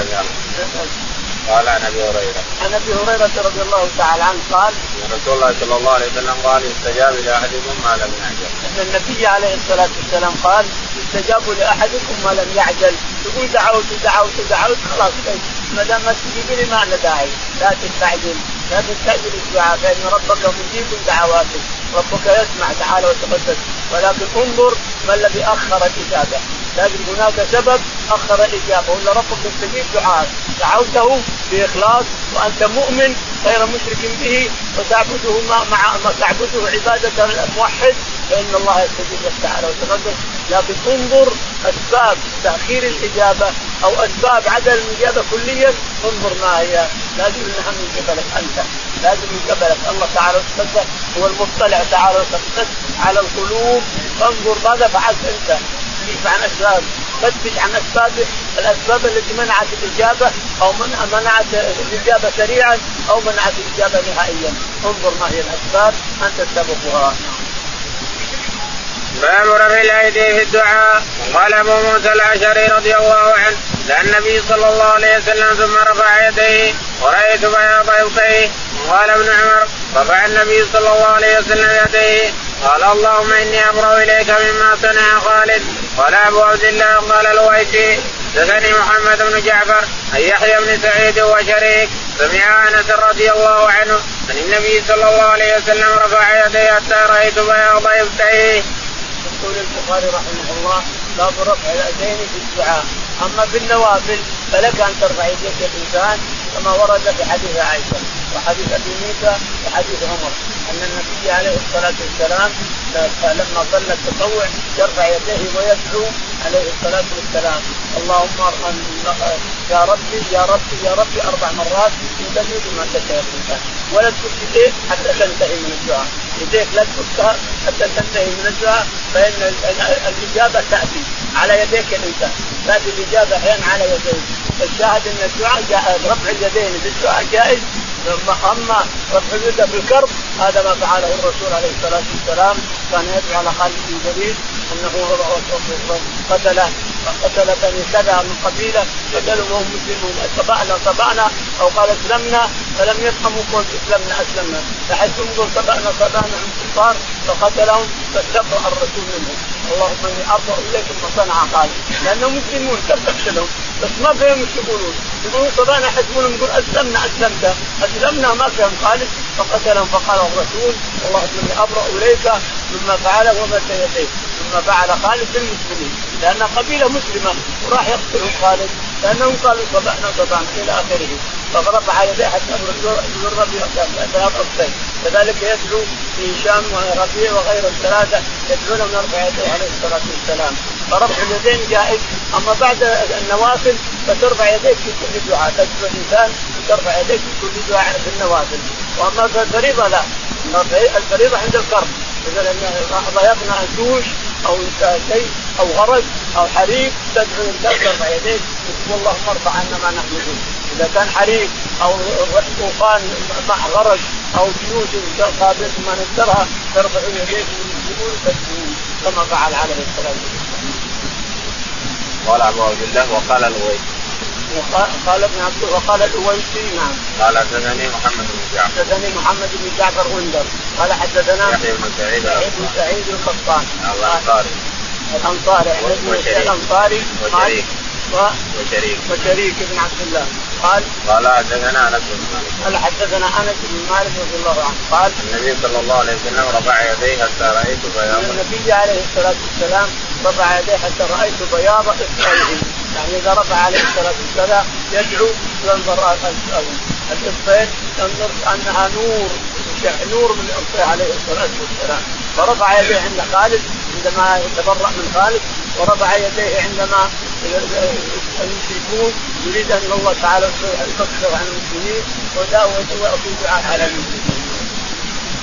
قال عن ابي هريره رضي الله تعالى عنه قال رسول الله صلى الله عليه وسلم قال يستجاب لاحدكم ما لم يعجل. ان النبي عليه الصلاه والسلام قال يستجاب لاحدكم ما لم يعجل. تقول دعوت خلاص ما دام ما تجيب لي ما له داعي. لا تستعجل الدعاء فان ربك مجيب دعواتك. ربك يسمع تعالى وتقدس ولكن انظر ما الذي اخر الاجابه. لازم هناك سبب اخر الاجابه ولا ربك يستجيب دعاءك. دعوته باخلاص وانت مؤمن غير مشرك به وتعبده ما تعبده عباده الموحد فان الله يستجيب لك تعالى وتقدس. لكن انظر اسباب تاخير الاجابه او اسباب عدم الاجابه كليا. انظر ما هي. لازم انها من قبلك انت. لازم من قبلك الله تعالى وتقدس هو المطلع تعالى وتقدس على القلوب. انظر ماذا فعلت انت. عن أسباب فتش عن الأسباب التي منعت الإجابة أو منعت الإجابة سريعا أو منعت الإجابة نهائيا. انظر ما هي الأسباب أنت تسببها. باب رفع الأيدي في الدعاء. قال أبو موسى الأشعري رضي الله عنه لأن النبي صلى الله عليه وسلم ثم رفع يديه ورأيت بياض إبطيه. قال ابن عمر رفع النبي صلى الله عليه وسلم يديه قال اللهم إني أبرأ إليك مما صنع خالد. قال أبو عبد الله قال الويسي حدثني محمد بن جعفر عن يحيى بن سعيد وشريك سمع أنس رضي الله عنه عن النبي صلى الله عليه وسلم رفع يديه حتى رأيت بياض إبطيه. يقول البخاري رحمه الله باب رفع اليدين في الدعاء. اما في النوافل فلك ان ترفع يديك الانسان كما ورد في حديث عائشه وحديث ابي موسى وحديث عمر ان النبي عليه الصلاه والسلام لما صلى التطوع يرفع يديه ويدعو عليه الصلاه والسلام اللهم يا ربي يا ربي يا ربي 4 مرات يدعو بما تشاء الانسان ولا تكف يديك حتى تنتهي من الدعاء. يديك لا تكفها حتى تنتهي من الدعاء فإن الإجابة تأتي على يديك الإنسان. تأتي الإجابة أحيانا على يديك. الشاهد أن الدعاء رفع اليدين بالدعاء جائز. أما رفع اليد بالكرب هذا ما فعله الرسول عليه الصلاة والسلام. كان يدعو على خالد بن الوليد أنه قتل بني كذا من قبيلة قتلوا وهم مسلمون طبعنا أو قال اسلمنا فلم يفهموا قول اسلمنا فحسهم قول طبعنا من الكفار فقتلهم فاستبرأ الرسول منهم. اللهم اني ارفع اليكم ما صنع خالد لانهم مسلمون كم تقتلهم بس ما فهموا يقولون طبعنا حسبونهم يقول اسلمنا ما فهم خالد فقتلهم. فقال الرسول اللهم اني ابرأ اليك مما فعله وما سيديه مما فعل خالد بالمسلمين لان قبيله مسلمه وراح يقتلهم خالد لانهم قالوا طبعنا الى اخره. فرفع يديه حتى الربيع بياض الصيف كذلك يدعو في هشام وربيع وغير الثلاثه يدعون من رفع يديه عليه الصلاه والسلام. فرفع اليدين جائز. اما بعد النوافل فترفع يديك في كل دعاء. تدعو الانسان ترفع يديك في كل دعاء في النوافل. واما الفريضه لا. الفريضه عند الكرب إذا ضيقنا أنتوش أو شيء أو غرز أو حريق تدعو ترفع يديك تقول اللهم ارفع عنا ما نحن فيه. إذا كان حريق أو طوفان مع غرز أو جيوش قابلة ما نكسرها ترفع يديك وتقول تدعو كما فعل عليه الصلاة والسلام. قال أبو عبد الله وقال الويسي قال ابن عبد وقال الأويسي نعم. قال حدثني محمد بن جعفر غندر قال حدثنا يحيى بن سعيد القطان الأنصاري وشريك بن عبد الله قال حدثنا أنس بن مالك رضي الله عنه قال النبي صلى الله عليه وسلم رفع يديه حتى رأيت بياض. النبي عليه الصلاة والسلام رفع يديه حتى رأيت بياض إبطيه. يعني إذا رفع عليه الصلاة والسلام يدعو ينظر الإبطين ينظر أنها نور من الإبطيه عليه الصلاة والسلام. فرفع يديه عند خالد عندما يتبرأ من خالد ورفع يديه عندما المشركون يريد أن الله تعالى يكفر عن المسلمين ودعوة دعاء على المسلمين.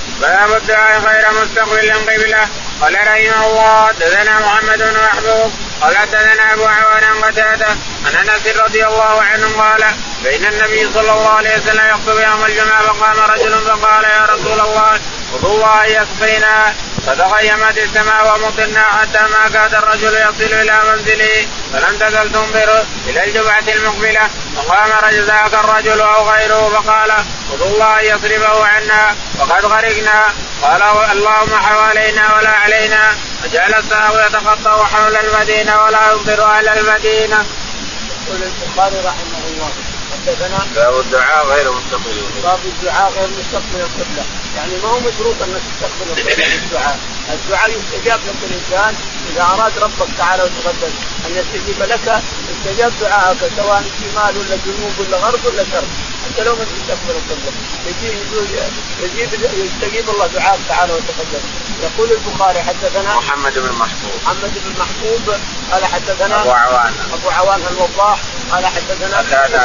باب الدعاء غير مستقبل قبله. قال رحمه الله حدثنا محمد بن محبوب قال حدثنا ابو عوان عن قتادة عن انس رضي الله عنه قال بين النبي صلى الله عليه وسلم يخطب يوم الجمعة فقام رجل فقال يا رسول الله ادعو الله يسقينا فتغيمت السماء ومطرنا حتى ما كاد الرجل يصل الى منزله فلم تزل تنظر الى الجمعة المقبلة فقام ذاك الرجل او غيره فقال ادعو الله يصرفه عنا وقد غرقنا قال اللهم حوالينا ولا علينا وجعل السماء يتخطى حول المدينة ولا يمطر اهل المدينة. يقول البخاري رحمه الله حدثنا باب الدعاء غير مستقبل باب الدعاء غير مستقبل القبلة، يعني ما هو مشروط انك تستقبل القبلة الدعاء يستجاب لك الانسان اذا اراد ربك تعالى وتقدس ان يستجيب لك يستجاب دعاءك سواء شمال ولا جنوب ولا غرب ولا شرق، حتى لو ما تستقبل القبلة يستجيب الله دعاءك تعالى وتقدس. يقول البخاري حدثنا محمد بن محبوب قال حدثنا أبو عوان الوضاح قال حدثنا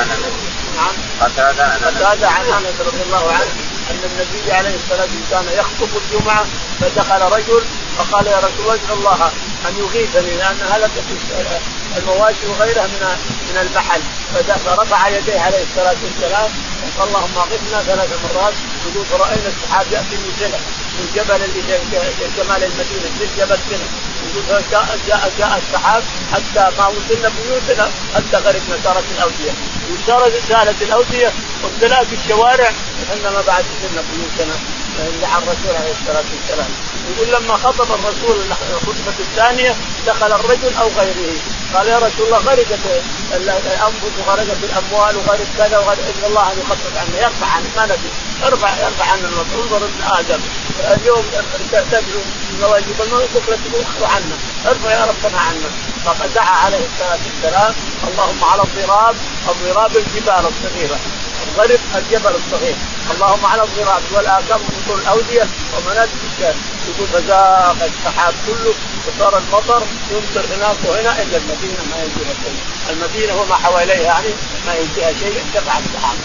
قتادة عن أنس رضي الله عنه أن النبي عليه الصلاة والسلام كان يخطب الجمعة فدخل رجل فقال يا رسول الله ادعو الله أن يغيثني لأن هلكت المواشي وغيرها من البحل، فرفع يديه عليه الصلاة والسلام وقال اللهم اغثنا 3 مرات. يقول فرأينا السحاب يأتي من سنة من جبل شمال المدينة من جبل سنة، يقول جاء السحاب حتى ما وصلنا بيوتنا حتى غرقنا صارت الأودية وصارت الأودية وامتلأت الشوارع إنما بعد وصلنا بيوتنا عن الرسول عليه الصلاة والسلام. يقول لما خطب الرسول الخطبة الثانية دخل الرجل أو غيره قال يا رسول الله غرقت الأنفس وغرقت الأموال وغرقت كذا وغرقت الله أن يخفف عنا يرفع عن ما نبي يرفع عنا المطلوب ابن آدم اليوم تدعو الواجب بكرة تؤخر عنا ارفع يا ربنا عنا. فقد دعا عليه الصلاة والسلام اللهم على الضراب الجبال الصغيرة غرق الجبل الصغير اللهم على الضراب والآكام وطول الأودية ومنازل الشام. يقول فزاق السحاب كله وصار المطر يمطر هناك وهنا إلا المدينة ما يجيها شيء، المدينة وما حواليها يعني ما يجيها شيء ارتفع السحاب.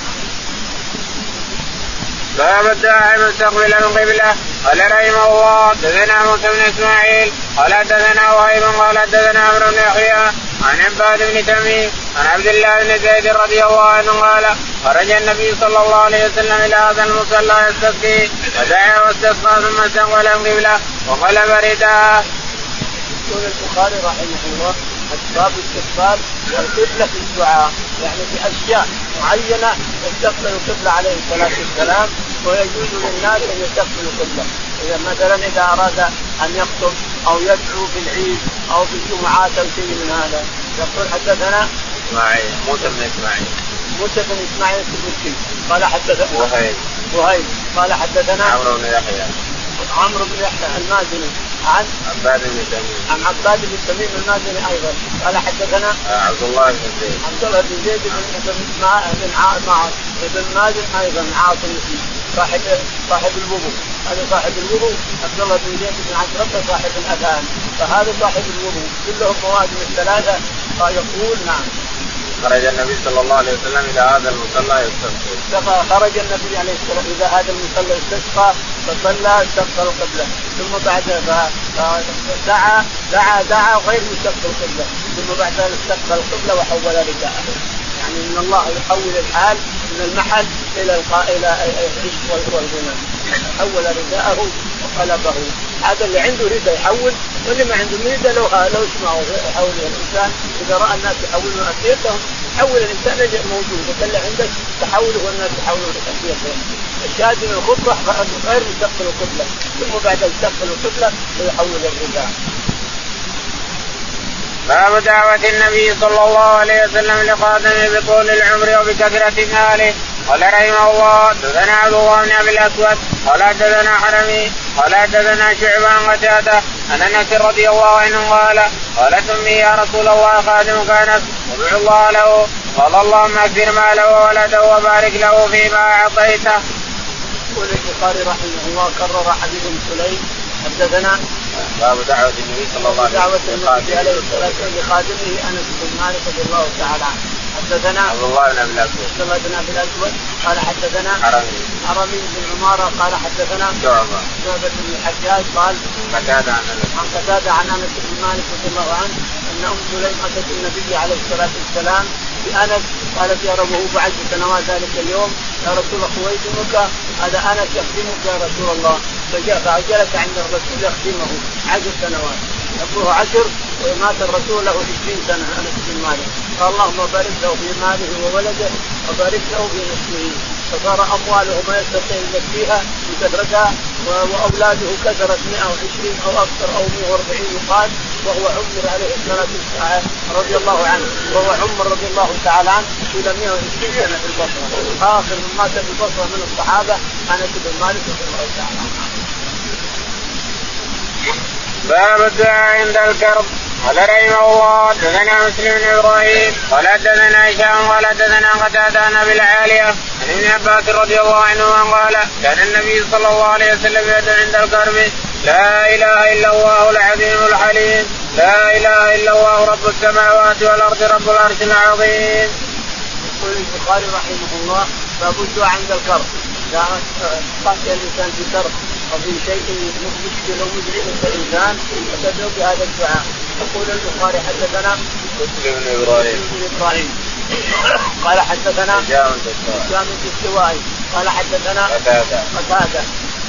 باب الدعاء مستقبل القبلة. قال رحمه الله حدثنا موسى بن اسماعيل قال حدثنا وهيب قال حدثنا عمرو بن يحيى عن عباد بن تميم عن عبد الله بن زيد رضي الله عنه قال خرج النبي صلى الله عليه وسلم الى هذا المصلى يستسقي فدعا واستسقى ثم استقبل القبلة وقلب رداءه. يقول البخاري رحمه الله أسباب استقبال القبلة في الدعاء، يعني في أشياء معينة يستقبل القبلة عليه الصلاة والسلام ويجوز للناس أن يستقبلوا القبلة. إذا مثلا إذا أراد أن يخطب أو يدعو في العيد أو في الجمعات أو شيء من هذا. يقول حدثنا موسى بن إسماعيل السبكي قال حدثنا وهيب قال حدثنا عمرو بن يحيى المازني عن عباد بن تميم المازني ايضا قال حدثنا عبد الله بن زيد بن مازن ايضا عاصم صاحب الوضوء، هذا صاحب الوضوء عبد الله بن زيد بن عشرة صاحب الاذان، فهذا صاحب الوضوء كلهم موازن الثلاثه. فيقول نعم خرج النبي صلى الله عليه وسلم إلى هذا المصلى يستسقى. خرج النبي عليه الصلاة والسلام إلى هذا المصلى يستسقى فصلى استقبل القبلة ثم بعد دعا غير مستقبل القبلة ثم بعد استقبل القبلة وحول رداءه. يعني إن الله يحول الحال من المحل إلى العشق والغنى، حول رداءه وقلبه. هذا اللي عنده رداء يحول واللي ما عنده رداء لو اسمعوا يحول الإنسان إذا رأى الناس يحولون أسيرتهم حول الإنسان اللي موجود اللي عندك تحوله والناس يحولون أسيرتهم. الشاهد من الخطبة غير مستقبل القبلة ثم بعد استقبل القبلة ويحول الرداء. باب دعوة النبي صلى الله عليه وسلم لقادمه بطول العمر وبكثرة ماله. قال رحمه الله حدثنا عبد الله بن ابي الاسود قال حدثنا حرمي قال حدثنا شعبة عن قتادة عن انس رضي الله عنه قالت امي يا رسول الله خادمك انس ادعو الله له قال اللهم اكثر ماله وولده وبارك له فيما اعطيته. يقول البخاري رحمه الله كرر حديث سليم حدثنا باب دعوة النبي صلى الله عليه وسلم لخادمه انس بن مالك رضي الله تعالى عنه. حدثنا عبد الله بن ابي الاسود قال حدثنا حرمي بن عمارة قال حدثنا شعبة بن الحجاج قال عن قتادة عن انس بن مالك رضي الله عنه ان ام سليم اتت النبي عليه الصلاه والسلام بانس قالت يا رب هو بعد سنوات ذلك اليوم يا رسول الله خويتمك هذا انس يخدمك يا رسول الله. فجلس عند الرسول يخدمه 10 سنوات يقوله 10 ومات الرسول له 20 سنه انس بن مالك. قال اللهم بارك له في ماله وولده وبارك له في نسله فصار امواله ما يستطيع يكفيها بكثرتها واولاده كثرت 120 او اكثر او 140 يقال وهو عمر عليه الصلاه والسلام رضي الله عنه وهو عمر رضي الله تعالى عنه الى 120 سنه في البصره. اخر من مات في البصره من الصحابه انس بن مالك رضي الله تعالى عنه. باب الدعاء عند الكرب. قال رحمه الله حدثنا مسلم بن ابراهيم قال حدثنا هشام قال حدثنا قتادة عن ابي العالية عن ابن عباس رضي الله عنهما قال كان النبي صلى الله عليه وسلم يدعو عند الكرب لا اله الا الله العظيم الحليم لا اله الا الله رب السماوات والارض رب العرش العظيم. يقول البخاري رحمه الله باب الدعاء عند الكرب. لا قاتل الانسان في كرب وفي شيء مشكل ومزعج الانسان فتدعو بهذا الدعاء. يقول البخاري حدثنا مسلم بن ابراهيم قال حدثنا هشام الدستوائي قال حدثنا قتادة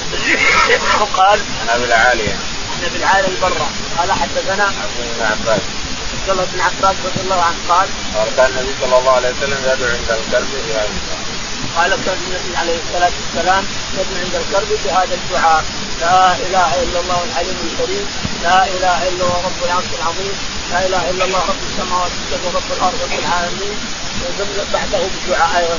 قال عن ابي العالية البرة قال حدثنا ابن عباس عبد الله بن عباس رضي الله عنه قال كان النبي صلى الله عليه وسلم يدعو عند الكرب بهذا الدعاء. قال كان النبي عليه الصلاة والسلام يدعو عند الكرب بهذا الدعاء لا اله الا الله العليم الكريم لا اله الا الله رب العرش العظيم لا اله الا الله رب السماوات ورب الارض رب العالمين وجمل بعده بالدعاء ايضا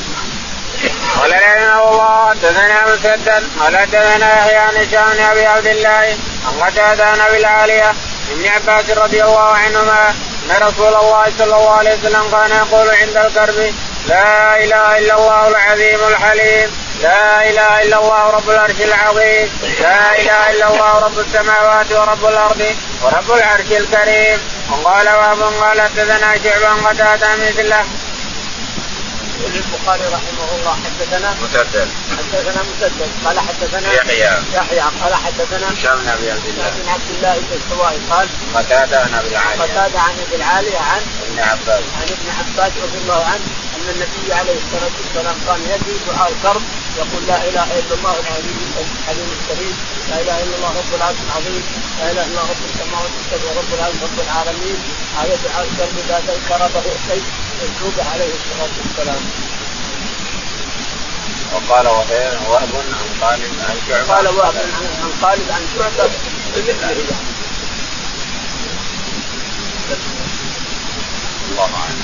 قال رحمه الله حدثنا مسدد قال حدثنا يحيى عن هشام بن ابي عبد الله عن قتادة عن ابي العالية ابن عباس رضي الله عنهما ان رسول الله صلى الله عليه وسلم كان يقول عند الكرب لا اله الا الله العظيم الحليم لا اله الا الله رب العرش العظيم لا اله الا الله رب السماوات ورب الارض ورب العرش الكريم. وقال وهب قال حدثنا شعبا قتادة مثله. البخاري رحمه الله حدثنا مسدد قال حدثنا يحيى قال حدثنا هشام بن عبد الله الدستوائي قال قتادة عن ابي العالية عن ابن عباس رضي الله عنه ان النبي عليه الصلاه والسلام كان يدعو دعاء الكرب يقول لا اله الا الله العليم الكريم لا اله الا الله رب العرش العظيم لا اله الا الله رب السماوات والارض ورب العالمين رب العالمين. هذا دعاء الكرب ذات الكربه الشيء يتوب عليه الصلاه والسلام. وقال وهب عن خالد عن شعبة قال وهب عن خالد عن شعبة بمثله. الله أعلم.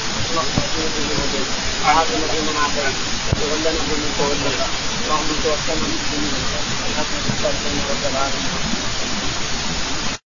عافنا فيمن عافيت وتولنا فيمن توليت اللهم توفنا مسلمين والحقنا بالصالحين رب العالمين.